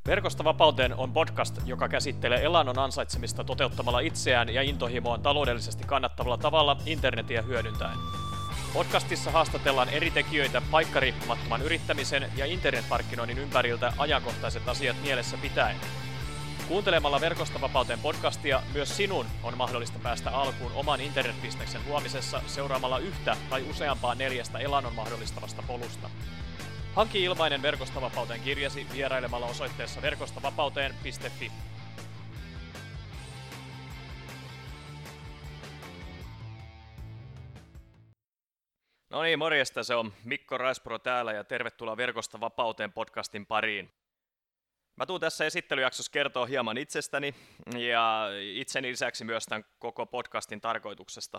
Verkosta vapauteen on podcast, joka käsittelee elannon ansaitsemista toteuttamalla itseään ja intohimoaan taloudellisesti kannattavalla tavalla internetiä hyödyntäen. Podcastissa haastatellaan eri tekijöitä paikkariippumattoman yrittämisen ja internetmarkkinoinnin ympäriltä ajankohtaiset asiat mielessä pitäen. Kuuntelemalla Verkosta vapauteen podcastia myös sinun on mahdollista päästä alkuun oman internetbisneksen luomisessa seuraamalla yhtä tai useampaa 4 elannon mahdollistavasta polusta. Hanki ilmainen Verkosta vapauteen kirjasi vierailemalla osoitteessa verkostavapauteen.fi. No niin, morjesta, se on Mikko Raispuro täällä ja tervetuloa Verkosta vapauteen podcastin pariin. Mä tuun tässä esittelyjaksossa kertoa hieman itsestäni ja itseni lisäksi myös tämän koko podcastin tarkoituksesta.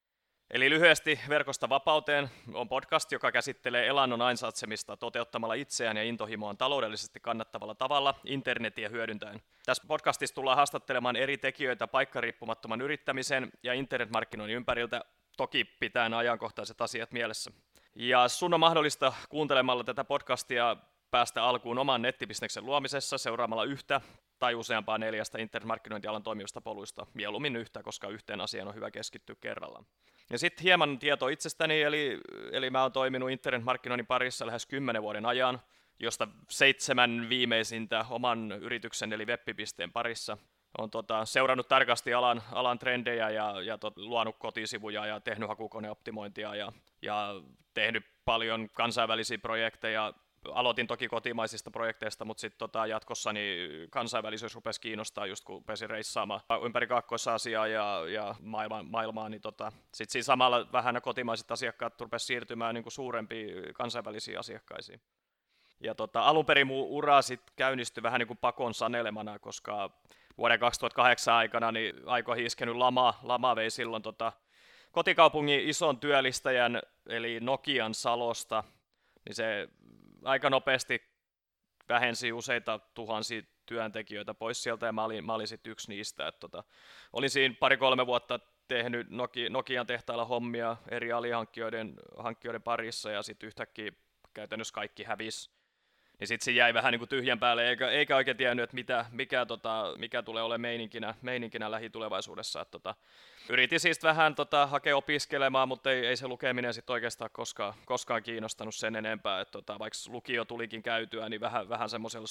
Eli lyhyesti Verkosta vapauteen on podcast, joka käsittelee elannon ansaitsemista toteuttamalla itseään ja intohimoaan taloudellisesti kannattavalla tavalla internetiä hyödyntäen. Tässä podcastissa tullaan haastattelemaan eri tekijöitä paikkariippumattoman yrittämisen ja internetmarkkinoinnin ympäriltä, toki pitäen ajankohtaiset asiat mielessä. Ja sun on mahdollista kuuntelemalla tätä podcastia päästä alkuun oman nettibisneksen luomisessa seuraamalla yhtä tai useampaa 4 internetmarkkinointialan toimivasta poluista, mieluummin yhtä, koska yhteen asiaan on hyvä keskittyä kerrallaan. Ja sitten hieman tietoa itsestäni, eli mä oon toiminut internetmarkkinoinnin parissa lähes 10 vuoden ajan, josta 7 viimeisintä oman yrityksen eli web-pisteen parissa. Olen seurannut tarkasti alan trendejä ja luonut kotisivuja ja tehnyt hakukoneoptimointia ja tehnyt paljon kansainvälisiä projekteja. Aloitin toki kotimaisista projekteista, mutta sitten jatkossa niin kansainvälisyys rupesi kiinnostaa just kun pesin reissaamaan ympäri Kaakkois-Aasiaa ja maailmaa, niin sitten siinä samalla vähän kotimaiset asiakkaat rupesi siirtymään niin kuin suurempiin kansainvälisiin asiakkaisiin. Ja alun perin mun ura sitten käynnistyi vähän niin kuin pakon sanelemana, koska vuoden 2008 aikana niin aikoihin iskenyt lama vei silloin kotikaupungin ison työllistäjän eli Nokian Salosta, niin se aika nopeasti vähensi useita tuhansia työntekijöitä pois sieltä ja mä olin sitten yksi niistä. Olin siinä 2-3 vuotta tehnyt Nokian tehtailla hommia eri alihankkijoiden parissa ja sitten yhtäkkiä käytännössä kaikki hävisi. Niin sitten se jäi vähän niin kuin tyhjän päälle eikä oikein tiennyt, että mikä tulee olemaan meininkinä lähitulevaisuudessa. Yritin siis vähän hakea opiskelemaan, mutta ei se lukeminen sitten oikeastaan koskaan kiinnostanut sen enempää. Vaikka lukio tulikin käytyä, niin vähän semmoisella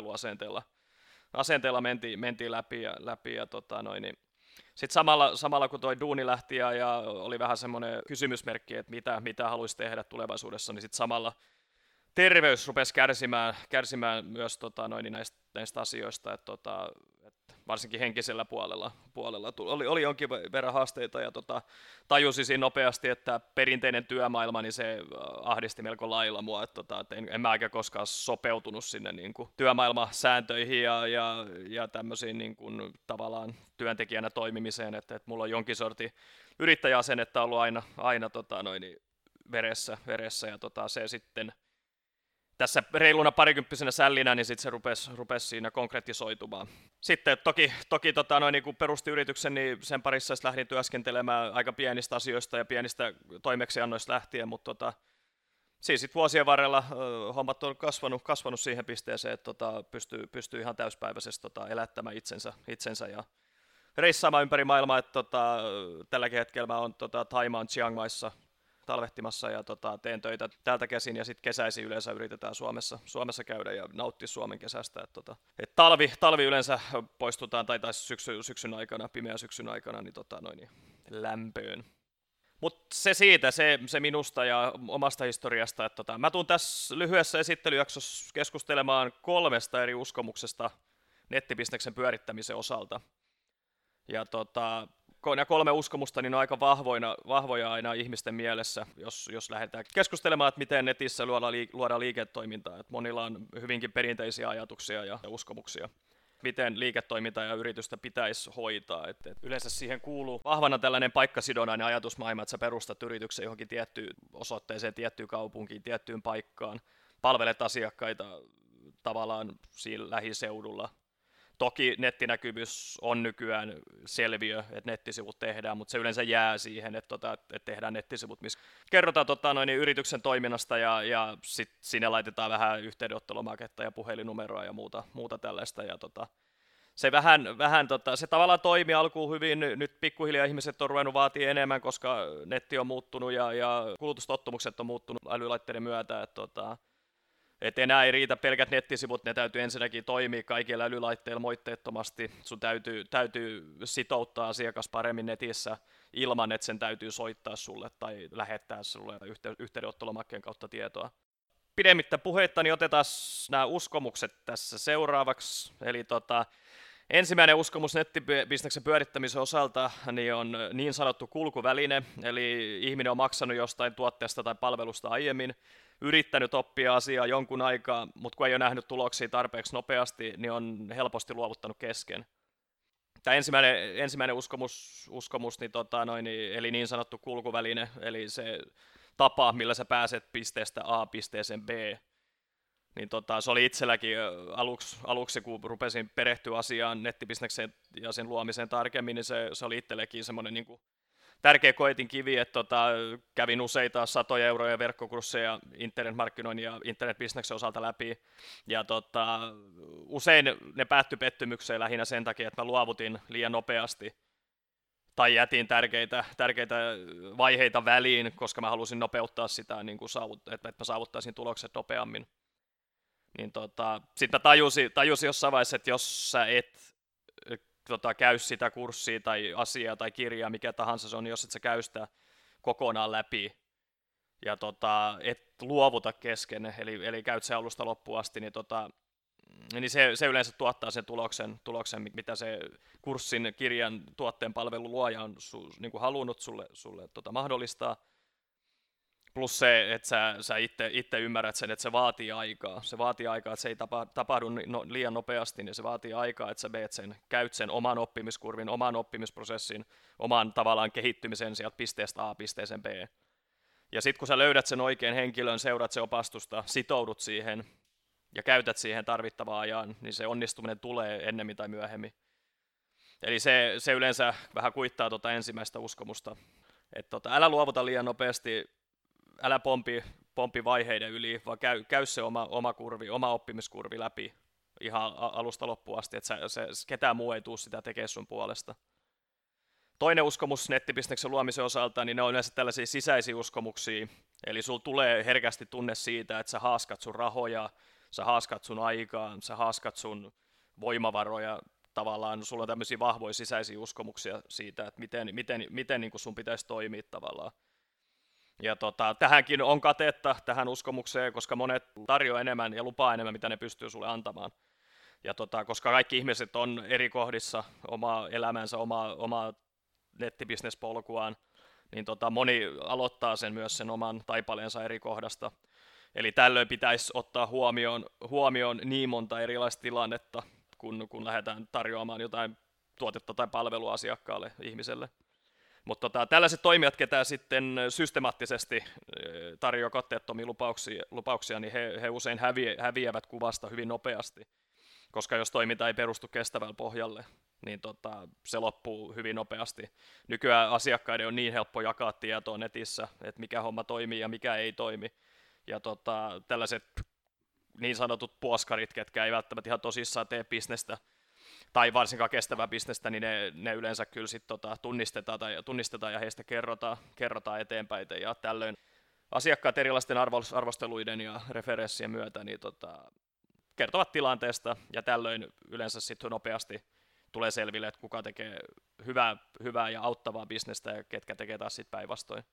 surffailuasenteella mentiin läpi ja niin. Sitten samalla kun toi duuni lähti ja oli vähän semmoinen kysymysmerkki, että mitä haluaisi tehdä tulevaisuudessa, niin sitten samalla terveys rupesi kärsimään myös näistä asioista, että varsinkin henkisellä puolella oli jonkin verran haasteita ja tajusin siinä nopeasti, että perinteinen työmaailma niin se ahdisti melko lailla mua, että en mä aika koskaan sopeutunut sinne niin kuin työmaailmasääntöihin ja tämmöisiin niin kuin tavallaan työntekijänä toimimiseen, että mulla on jonkin sortin yrittäjäasennetta ollut aina veressä ja se sitten tässä reiluna parikymppisenä sällinä, niin sitten se rupesi siinä konkretisoitumaan. Sitten toki niin kun perustin yrityksen, niin sen parissa lähdin työskentelemään aika pienistä asioista ja pienistä toimeksiannoista lähtien, mutta siis sitten vuosien varrella hommat on kasvanut siihen pisteeseen, että pystyy ihan täyspäiväisesti elättämään itsensä ja reissaamaan ympäri maailmaa, että tälläkin hetkellä mä oon Thaimaan Chiang Maissa talvehtimassa ja teen töitä täältä käsin ja sitten kesäisin yleensä yritetään Suomessa käydä ja nauttia Suomen kesästä. Et talvi yleensä poistutaan tai syksyn aikana, pimeän syksyn aikana niin lämpöön. Mutta se siitä, se minusta ja omasta historiasta. Että mä tuun tässä lyhyessä esittelyjaksossa keskustelemaan 3 eri uskomuksesta nettibisneksen pyörittämisen osalta. Ja nämä 3 uskomusta niin on aika vahvoja aina ihmisten mielessä, jos lähdetään keskustelemaan, että miten netissä luodaan liiketoimintaa. Että monilla on hyvinkin perinteisiä ajatuksia ja uskomuksia, miten liiketoimintaa ja yritystä pitäisi hoitaa. Et yleensä siihen kuuluu vahvana tällainen paikkasidonnainen ajatusmaailma, että sä perustat yrityksen johonkin tiettyyn osoitteeseen, tiettyyn kaupunkiin, tiettyyn paikkaan, palvelet asiakkaita tavallaan siinä lähiseudulla. Toki nettinäkyvyys on nykyään selviö, että nettisivut tehdään, mutta se yleensä jää siihen, että tehdään nettisivut, missä kerrotaan yrityksen toiminnasta ja sitten sinne laitetaan vähän yhteydenottelomaketta ja puhelinnumeroa ja muuta tällaista. Ja se se tavallaan toimi alkuun hyvin, nyt pikkuhiljaa ihmiset on ruvennut vaatii enemmän, koska netti on muuttunut ja kulutustottumukset on muuttunut älylaitteiden myötä, että enää ei riitä pelkät nettisivut, ne täytyy ensinnäkin toimia kaikilla älylaitteilla moitteettomasti. Sun täytyy sitouttaa asiakas paremmin netissä ilman, että sen täytyy soittaa sulle tai lähettää sulle yhteydenottelomakkeen kautta tietoa. Pidemmittä puheitta, niin otetaan nämä uskomukset tässä seuraavaksi. Eli ensimmäinen uskomus nettibisneksen pyörittämisen osalta niin on niin sanottu kulkuväline, eli ihminen on maksanut jostain tuotteesta tai palvelusta aiemmin, yrittänyt oppia asiaa jonkun aikaa, mutta kun ei ole nähnyt tuloksia tarpeeksi nopeasti, niin on helposti luovuttanut kesken. Tämä ensimmäinen uskomus eli niin sanottu kulkuväline, eli se tapa, millä sä pääset pisteestä A pisteeseen B, niin se oli itselläkin aluksi, kun rupesin perehtyä asiaan nettibisnekseen ja sen luomiseen tarkemmin, niin se oli itsellekin semmoinen niin kuin tärkeä koetinkivi, että kävin useita satoja euroja verkkokursseja internetmarkkinoinnin ja internetbisneksen osalta läpi, ja usein ne päättyi pettymykseen lähinnä sen takia, että mä luovutin liian nopeasti, tai jätin tärkeitä vaiheita väliin, koska mä halusin nopeuttaa sitä, niin kuin että mä saavuttaisin tulokset nopeammin. Niin sitten mä tajusin jossain vaiheessa, että jos sä et käy sitä kurssia tai asiaa tai kirjaa, mikä tahansa se on, jos et sä käy sitä kokonaan läpi ja et luovuta kesken, eli käyt se alusta loppuun asti, niin se yleensä tuottaa sen tuloksen, mitä se kurssin, kirjan, tuotteen, palvelun luoja on niin kuin halunnut sulle mahdollistaa. Plus se, että sä itse ymmärrät sen, että se vaatii aikaa. Se vaatii aikaa, että se ei tapahdu liian nopeasti, niin se vaatii aikaa, että sä käyt sen oman oppimiskurvin, oman oppimisprosessin, oman tavallaan kehittymisen sieltä pisteestä A pisteeseen B. Ja sitten kun sä löydät sen oikean henkilön, seurat se opastusta, sitoudut siihen ja käytät siihen tarvittavaa ajan, niin se onnistuminen tulee ennemmin tai myöhemmin. Eli se yleensä vähän kuittaa ensimmäistä uskomusta. Että älä luovuta liian nopeasti, älä pompi vaiheiden yli, vaan käy se oma oppimiskurvi läpi ihan alusta loppuun asti, että ketään muu ei tule sitä tekemään sun puolesta. Toinen uskomus nettibisneksen luomisen osalta, niin ne on yleensä tällaisia sisäisiä uskomuksia, eli sulla tulee herkästi tunne siitä, että sä haaskat sun rahoja, sä haaskat sun aikaa, sä haaskat sun voimavaroja, tavallaan sulla on tämmöisiä vahvoja sisäisiä uskomuksia siitä, että miten niin kuin sun pitäisi toimia tavallaan. Ja tähänkin on katetta tähän uskomukseen, koska monet tarjoaa enemmän ja lupaa enemmän, mitä ne pystyy sulle antamaan. Ja koska kaikki ihmiset on eri kohdissa omaa elämänsä, omaa nettibisnespolkuaan, niin moni aloittaa sen oman taipaleensa eri kohdasta. Eli tällöin pitäisi ottaa huomioon niin monta erilaista tilannetta, kun lähdetään tarjoamaan jotain tuotetta tai palvelua asiakkaalle, ihmiselle. Mutta tällaiset toimijat, ketä sitten systemaattisesti tarjoaa katteettomia lupauksia, niin he usein häviävät kuvasta hyvin nopeasti, koska jos toiminta ei perustu kestävälle pohjalle, niin se loppuu hyvin nopeasti. Nykyään asiakkaiden on niin helppo jakaa tietoa netissä, että mikä homma toimii ja mikä ei toimi. Ja tällaiset niin sanotut puoskarit, ketkä ei välttämättä ihan tosissaan tee bisnestä, tai varsinkaan kestävää bisnestä, niin ne yleensä kyllä sit tunnistetaan ja heistä kerrotaan eteenpäin. Ja tällöin asiakkaat erilaisten arvosteluiden ja referenssien myötä niin kertovat tilanteesta, ja tällöin yleensä sitten nopeasti tulee selville, että kuka tekee hyvää ja auttavaa bisnestä ja ketkä tekee taas sitten päinvastoin.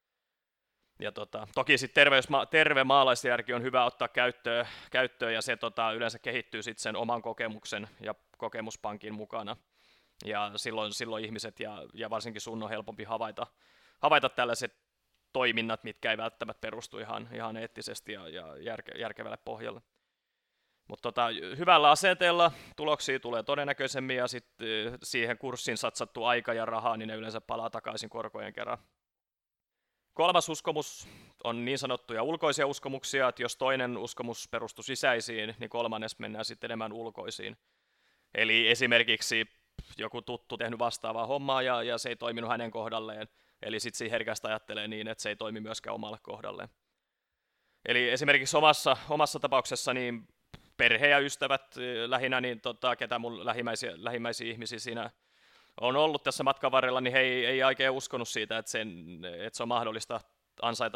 Ja toki sitten terve maalaisjärki on hyvä ottaa käyttöön ja se yleensä kehittyy sitten sen oman kokemuksen ja kokemuspankin mukana. Ja silloin ihmiset ja varsinkin sun on helpompi havaita tällaiset toiminnat, mitkä ei välttämättä perustu ihan eettisesti ja järkevälle pohjalle. Mutta hyvällä asenteella tuloksia tulee todennäköisemmin ja sitten siihen kurssin satsattu aika ja rahaa, niin ne yleensä palaa takaisin korkojen kerran. Kolmas uskomus on niin sanottuja ulkoisia uskomuksia, että jos toinen uskomus perustuu sisäisiin, niin kolmannes mennään sitten enemmän ulkoisiin. Eli esimerkiksi joku tuttu tehnyt vastaavaa hommaa ja se ei toiminut hänen kohdalleen, eli sitten siinä herkästi ajattelee niin, että se ei toimi myöskään omalle kohdalleen. Eli esimerkiksi omassa tapauksessa niin perhe ja ystävät lähinnä, niin ketä mun lähimmäisiä ihmisiä siinä on ollut tässä matkan varrella, niin he ei oikein uskonut siitä, että se on mahdollista ansaita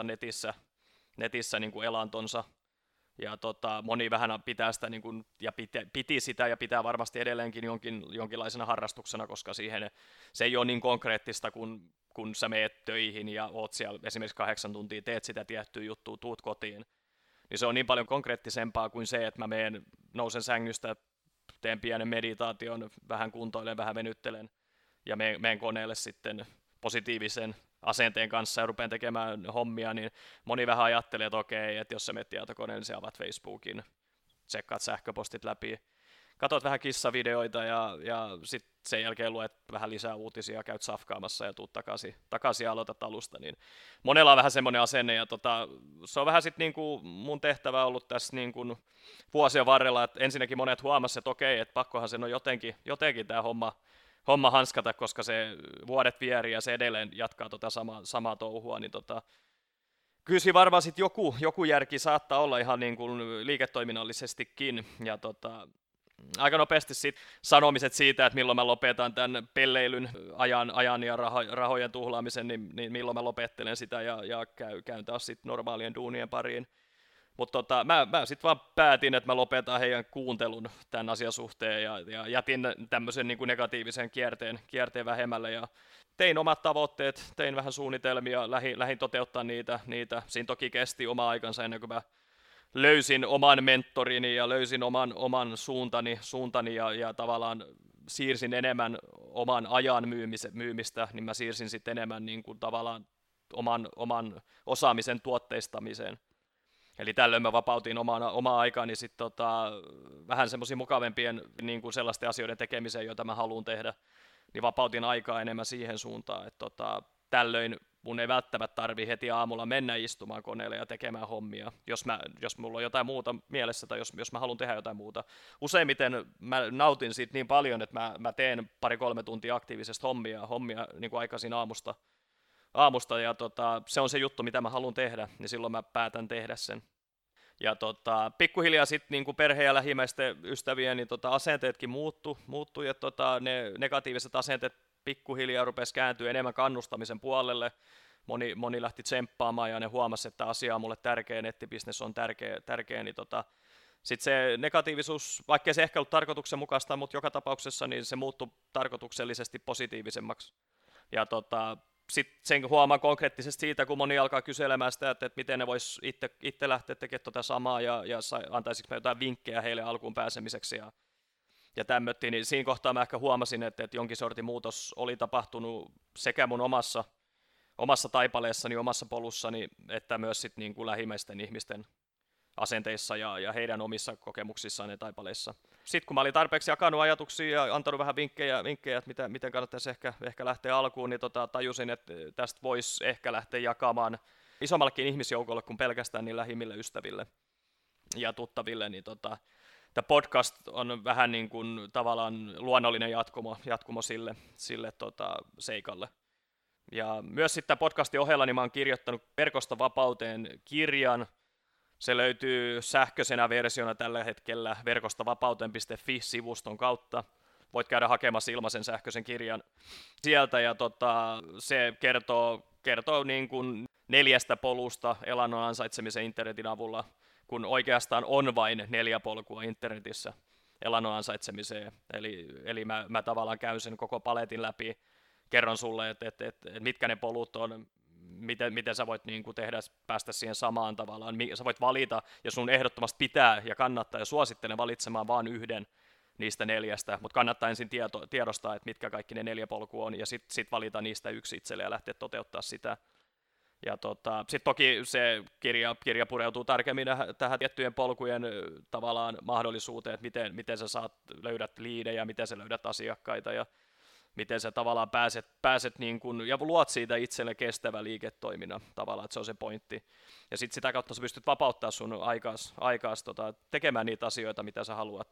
netissä niin kuin elantonsa. Ja moni vähän pitää sitä niin kuin, ja piti sitä ja pitää varmasti edelleenkin jonkinlaisena harrastuksena, koska se ei ole niin konkreettista, kun sä meet töihin ja oot siellä esimerkiksi 8 tuntia, teet sitä tiettyä juttua, tuut kotiin. Niin se on niin paljon konkreettisempaa kuin se, että mä nousen sängystä, teen pienen meditaation, vähän kuntoilen, vähän venyttelen ja menen koneelle sitten positiivisen asenteen kanssa ja rupean tekemään hommia, niin moni vähän ajattelee, että okei, että jos sä menet tietokoneelle, niin sä avaat Facebookin, tsekkaat sähköpostit läpi, katot vähän kissavideoita ja sitten sen jälkeen luet vähän lisää uutisia ja käyt safkaamassa ja tuut takaisin ja aloitat alusta. Niin monella on vähän semmoinen asenne ja se on vähän sitten niinku mun tehtävä ollut tässä niinku vuosien varrella, että ensinnäkin monet huomasivat, että okei, että pakkohan sen on jotenkin tämä homma hanskata, koska se vuodet vieri ja se edelleen jatkaa samaa touhua, niin kyllä siinä varmaan sitten joku järki saattaa olla ihan niin kuin liiketoiminnallisestikin, ja aika nopeasti sit sanomiset siitä, että milloin mä lopetan tämän pelleilyn ajan ja rahojen tuhlaamisen, niin milloin mä lopettelen sitä ja käyn taas sitten normaalien duunien pariin. Mutta mä sitten vaan päätin, että mä lopetan heidän kuuntelun tämän asian suhteen ja jätin tämmöisen niin kuin negatiivisen kierteen vähemmälle ja tein omat tavoitteet, tein vähän suunnitelmia, lähdin toteuttaa niitä. Siinä toki kesti oma aikansa ennen kuin mä löysin oman mentorini ja löysin oman suuntani ja tavallaan siirsin enemmän oman ajan myymistä, niin mä siirsin sitten enemmän niin kuin tavallaan oman osaamisen tuotteistamiseen. Eli tällöin mä vapautin omaa aikaani sitten vähän semmoisia mukavempien niin kuin sellaisten asioiden tekemiseen, joita mä haluan tehdä, niin vapautin aikaa enemmän siihen suuntaan, että tällöin mun ei välttämättä tarvitse heti aamulla mennä istumaan koneelle ja tekemään hommia, jos mulla on jotain muuta mielessä tai jos mä haluan tehdä jotain muuta. Useimmiten mä nautin siitä niin paljon, että mä teen 2-3 tuntia aktiivisesti hommia niin kuin aikaisin aamusta ja se on se juttu, mitä mä haluan tehdä, niin silloin mä päätän tehdä sen. Ja pikkuhiljaa sitten niin perhe- ja lähimmäisten ystävien niin asenteetkin muuttu ja ne negatiiviset asenteet pikkuhiljaa rupesi kääntyä enemmän kannustamisen puolelle. Moni lähti tsemppaamaan ja ne huomasi, että asia on mulle tärkeä, nettibisnes on tärkeä niin sitten se negatiivisuus, vaikkei se ehkä ollut tarkoituksenmukaista, mutta joka tapauksessa niin se muuttui tarkoituksellisesti positiivisemmaksi. Ja sitten sen huomaa konkreettisesti siitä, kun moni alkaa kyselemään sitä, että miten ne vois itse lähteä tekemään samaa ja antaisiko mä jotain vinkkejä heille alkuun pääsemiseksi ja tämmöttiin, niin siinä kohtaa mä ehkä huomasin, että jonkin sortin muutos oli tapahtunut sekä mun omassa taipaleessani, omassa polussani, että myös sitten niin kuin lähimmäisten ihmisten asenteissa ja heidän omissa kokemuksissaan ja taipaleissa. Sitten kun mä olin tarpeeksi jakanut ajatuksia ja antanut vähän vinkkejä että miten kannattaisi ehkä lähteä alkuun, niin tajusin, että tästä voisi ehkä lähteä jakamaan isommallekin ihmisjoukolle kuin pelkästään niin lähimmille ystäville ja tuttaville, niin tämä podcast on vähän niin kuin tavallaan luonnollinen jatkumo sille seikalle. Ja myös sitten podcastin ohella niin mä oon kirjoittanut Verkosta vapauteen kirjan. Se löytyy sähköisenä versiona tällä hetkellä verkostavapauteen.fi-sivuston kautta. Voit käydä hakemassa ilmaisen sähköisen kirjan sieltä ja se kertoo niin kuin 4 polusta elannon ansaitsemisen internetin avulla, kun oikeastaan on vain 4 polkua internetissä elannon ansaitsemiseen. Eli mä tavallaan käyn sen koko paletin läpi, kerron sulle, että mitkä ne polut on, miten sä voit niin kuin tehdä, päästä siihen samaan tavallaan. Sä voit valita, jos sun ehdottomasti pitää ja kannattaa ja suosittelen valitsemaan vain yhden niistä 4, mutta kannattaa ensin tiedostaa, että mitkä kaikki ne 4 polkua on ja sit valita niistä yksi itselle ja lähteä toteuttaa sitä. Ja sitten toki se kirja pureutuu tarkemmin tähän tiettyjen polkujen tavallaan mahdollisuuteen, että miten sä löydät liidejä, miten sä löydät asiakkaita ja miten sä tavallaan pääset niin kun, ja luot siitä itselle kestävä liiketoiminnan tavallaan, että se on se pointti. Ja sitten sitä kautta sä pystyt vapauttaa sun aikaas tekemään niitä asioita, mitä sä haluat.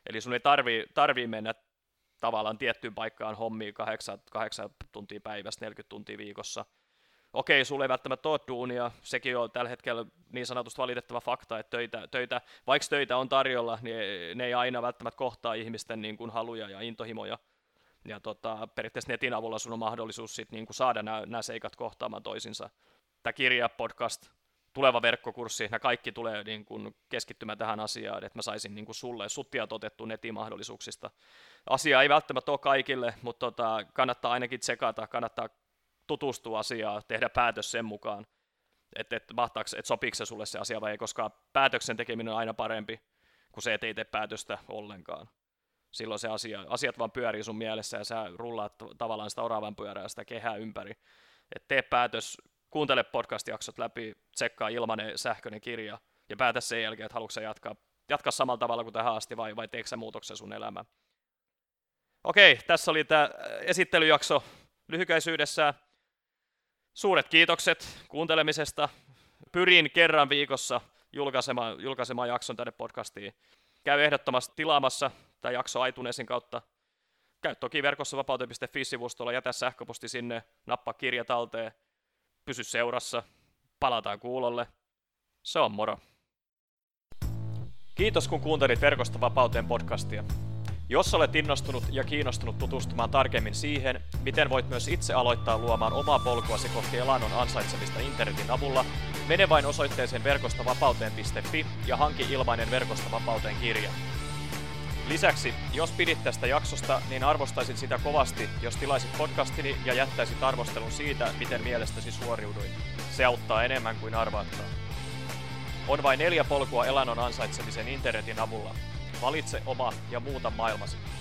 Eli sun ei tarvii mennä tavallaan tiettyyn paikkaan hommiin 8 tuntia päivässä, 40 tuntia viikossa. Okei, sulla ei välttämättä ole duunia, sekin on tällä hetkellä niin sanotusti valitettava fakta, että vaikka töitä on tarjolla, niin ne ei aina välttämättä kohtaa ihmisten niin kuin haluja ja intohimoja. Ja periaatteessa netin avulla sun on mahdollisuus sit niin kuin saada nämä seikat kohtaamaan toisinsa. Tämä kirja, podcast, tuleva verkkokurssi, nämä kaikki tulee niin kuin keskittymään tähän asiaan, että mä saisin niin kuin sut tiedotettua netin mahdollisuuksista. Asia ei välttämättä ole kaikille, mutta kannattaa ainakin tsekata, kannattaa tutustua asiaan, tehdä päätös sen mukaan, että sopiiko se sulle se asia vai ei, koska päätöksen tekeminen on aina parempi kuin se, että ei tee päätöstä ollenkaan. Silloin se asiat vaan pyörii sun mielessä ja sä rullaat tavallaan sitä oravan pyörää sitä kehää ympäri. Et tee päätös, kuuntele podcast-jaksot läpi, tsekkaa ilmainen sähköinen kirja ja päätä sen jälkeen, että haluatko sä jatkaa samalla tavalla kuin tähän asti vai teekö sä muutoksen sun elämään. Okei, tässä oli tämä esittelyjakso lyhykäisyydessään. Suuret kiitokset kuuntelemisesta. Pyrin kerran viikossa julkaisemaan jakson tänne podcastiin. Käy ehdottomasti tilaamassa tämä jakso iTunesin kautta. Käy toki verkossavapauteen.fi-sivustolla, jätä sähköposti sinne, nappaa kirja talteen, pysy seurassa, palataan kuulolle. Se on moro. Kiitos kun kuuntelit Verkosta vapauteen podcastia. Jos olet innostunut ja kiinnostunut tutustumaan tarkemmin siihen, miten voit myös itse aloittaa luomaan omaa polkuasi kohti elannon ansaitsemista internetin avulla, mene vain osoitteeseen verkostavapauteen.fi ja hanki ilmainen Verkosta vapauteen -kirja. Lisäksi, jos pidit tästä jaksosta, niin arvostaisin sitä kovasti, jos tilaisit podcastini ja jättäisit arvostelun siitä, miten mielestäsi suoriuduin. Se auttaa enemmän kuin arvaatkaan. On vain 4 polkua elannon ansaitsemisen internetin avulla. Valitse oma ja muuta maailmasi.